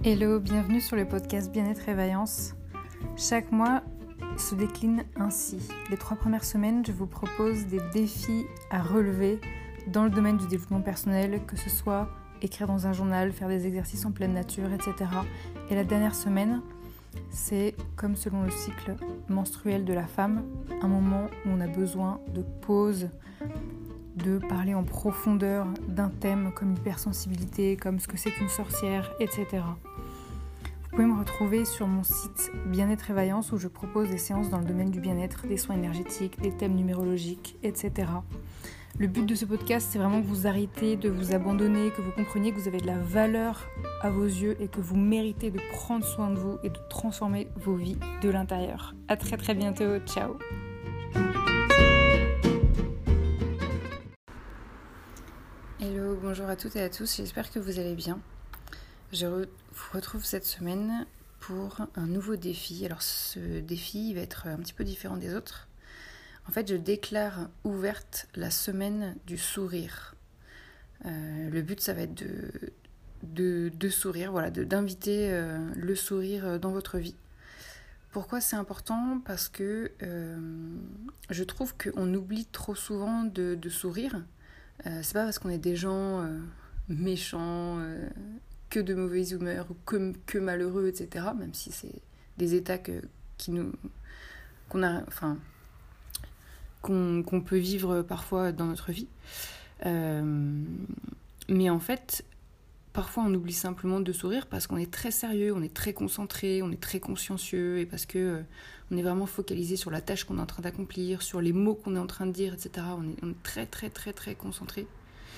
Hello, bienvenue sur le podcast Bien-être et Vaillance. Chaque mois se décline ainsi. Les 3 premières semaines, je vous propose des défis à relever dans le domaine du développement personnel, que ce soit écrire dans un journal, faire des exercices en pleine nature, etc. Et la dernière semaine, c'est comme selon le cycle menstruel de la femme, un moment où on a besoin de pause, de parler en profondeur d'un thème comme l'hypersensibilité, comme ce que c'est qu'une sorcière, etc. Vous pouvez me retrouver sur mon site Bien-être et Vaillance où je propose des séances dans le domaine du bien-être, des soins énergétiques, des thèmes numérologiques, etc. Le but de ce podcast, c'est vraiment que vous arrêtez de vous abandonner, que vous compreniez que vous avez de la valeur à vos yeux et que vous méritez de prendre soin de vous et de transformer vos vies de l'intérieur. À très très bientôt, ciao. Hello, bonjour à toutes et à tous, j'espère que vous allez bien. Je vous retrouve cette semaine pour un nouveau défi. Alors ce défi va être un petit peu différent des autres. En fait, je déclare ouverte la semaine du sourire. Le but, ça va être de sourire, voilà, d'inviter le sourire dans votre vie. Pourquoi c'est important ? Parce que je trouve qu'on oublie trop souvent de sourire. C'est pas parce qu'on est des gens méchants, que de mauvaise humeur ou que malheureux, etc. Même si c'est des états qu'on peut vivre parfois dans notre vie. Mais en fait, parfois on oublie simplement de sourire parce qu'on est très sérieux, on est très concentré, on est très consciencieux et parce que on est vraiment focalisé sur la tâche qu'on est en train d'accomplir, sur les mots qu'on est en train de dire, etc. On est très très très très concentré.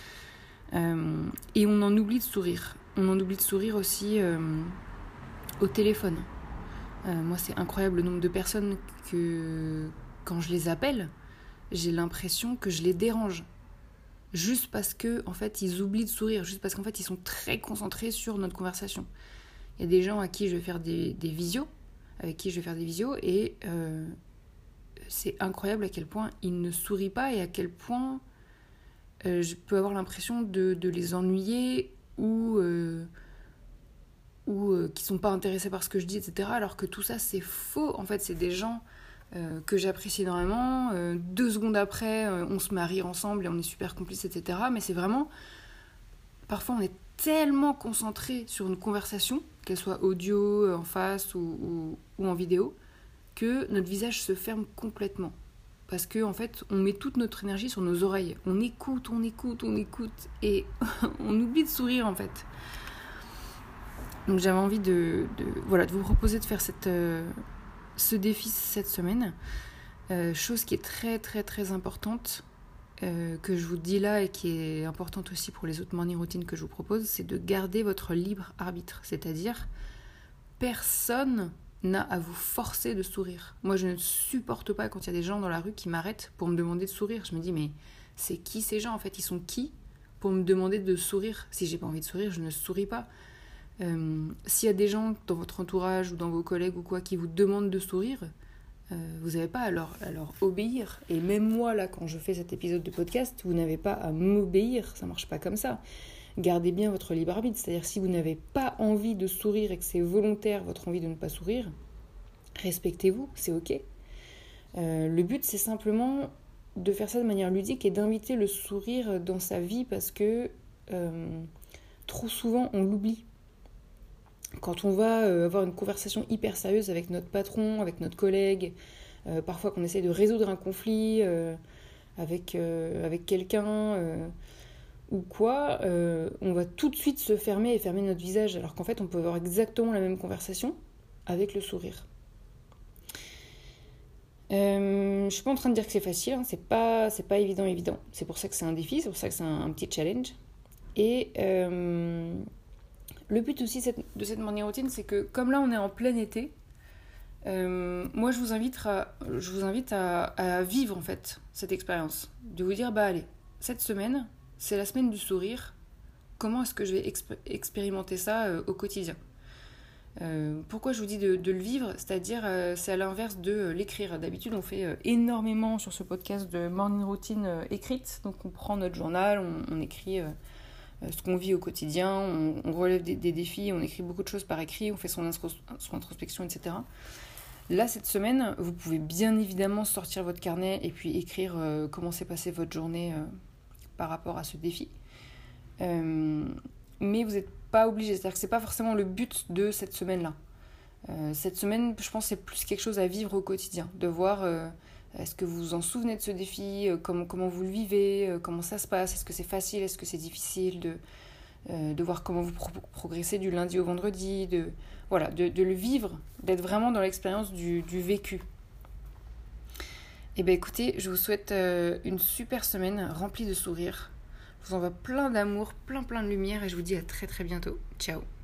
Et on en oublie de sourire. On en oublie de sourire aussi au téléphone. Moi, c'est incroyable le nombre de personnes que, quand je les appelle, j'ai l'impression que je les dérange. Juste parce que, en fait, ils oublient de sourire. Juste parce qu'en fait, ils sont très concentrés sur notre conversation. Il y a des gens à qui je vais faire des visios, et c'est incroyable à quel point ils ne sourient pas et à quel point je peux avoir l'impression de les ennuyer ou qui sont pas intéressés par ce que je dis, etc. Alors que tout ça, c'est faux. En fait, c'est des gens que j'apprécie énormément. 2 secondes après, on se met à rire ensemble et on est super complices, etc. Mais c'est vraiment... Parfois, on est tellement concentré sur une conversation, qu'elle soit audio, en face ou en vidéo, que notre visage se ferme complètement. Parce qu'en fait, on met toute notre énergie sur nos oreilles. On écoute, et on oublie de sourire, en fait. Donc j'avais envie de vous proposer de faire ce défi cette semaine. Chose qui est très, très, très importante, que je vous dis là et qui est importante aussi pour les autres morning routines que je vous propose, c'est de garder votre libre arbitre. C'est-à-dire, personne n'a à vous forcer de sourire. Moi, je ne supporte pas quand il y a des gens dans la rue qui m'arrêtent pour me demander de sourire. Je me dis, mais c'est qui ces gens ? En fait, ils sont qui pour me demander de sourire ? Si j'ai pas envie de sourire, je ne souris pas. S'il y a des gens dans votre entourage ou dans vos collègues ou quoi qui vous demandent de sourire, vous n'avez pas à leur obéir. Et même moi, là, quand je fais cet épisode de podcast, vous n'avez pas à m'obéir. Ça marche pas comme ça. Gardez bien votre libre arbitre, c'est-à-dire si vous n'avez pas envie de sourire et que c'est volontaire votre envie de ne pas sourire, respectez-vous, c'est ok. Le but, c'est simplement de faire ça de manière ludique et d'inviter le sourire dans sa vie parce que trop souvent on l'oublie. Quand on va avoir une conversation hyper sérieuse avec notre patron, avec notre collègue, parfois qu'on essaie de résoudre un conflit avec quelqu'un... ou quoi, on va tout de suite se fermer et fermer notre visage, alors qu'en fait on peut avoir exactement la même conversation avec le sourire. Je suis pas en train de dire que c'est facile, hein, c'est pas évident. C'est pour ça que c'est un défi, c'est pour ça que c'est un petit challenge. Et le but aussi de cette morning routine, c'est que comme là on est en plein été, moi je vous invite à vivre en fait cette expérience, de vous dire allez, cette semaine c'est la semaine du sourire. Comment est-ce que je vais expérimenter ça au quotidien ? Pourquoi je vous dis de le vivre ? C'est-à-dire, c'est à l'inverse de l'écrire. D'habitude, on fait énormément sur ce podcast de morning routine écrite. Donc, on prend notre journal, on écrit ce qu'on vit au quotidien, on relève des défis, on écrit beaucoup de choses par écrit, on fait son introspection, etc. Là, cette semaine, vous pouvez bien évidemment sortir votre carnet et puis écrire comment s'est passée votre journée par rapport à ce défi. Mais vous n'êtes pas obligé, c'est-à-dire que ce n'est pas forcément le but de cette semaine-là. Cette semaine, je pense que c'est plus quelque chose à vivre au quotidien, de voir est-ce que vous vous en souvenez de ce défi, comment vous le vivez, comment ça se passe, est-ce que c'est facile, est-ce que c'est difficile, de voir comment vous progressez du lundi au vendredi, de le vivre, d'être vraiment dans l'expérience du vécu. Et bien écoutez, je vous souhaite une super semaine remplie de sourires. Je vous envoie plein d'amour, plein de lumière et je vous dis à très très bientôt. Ciao.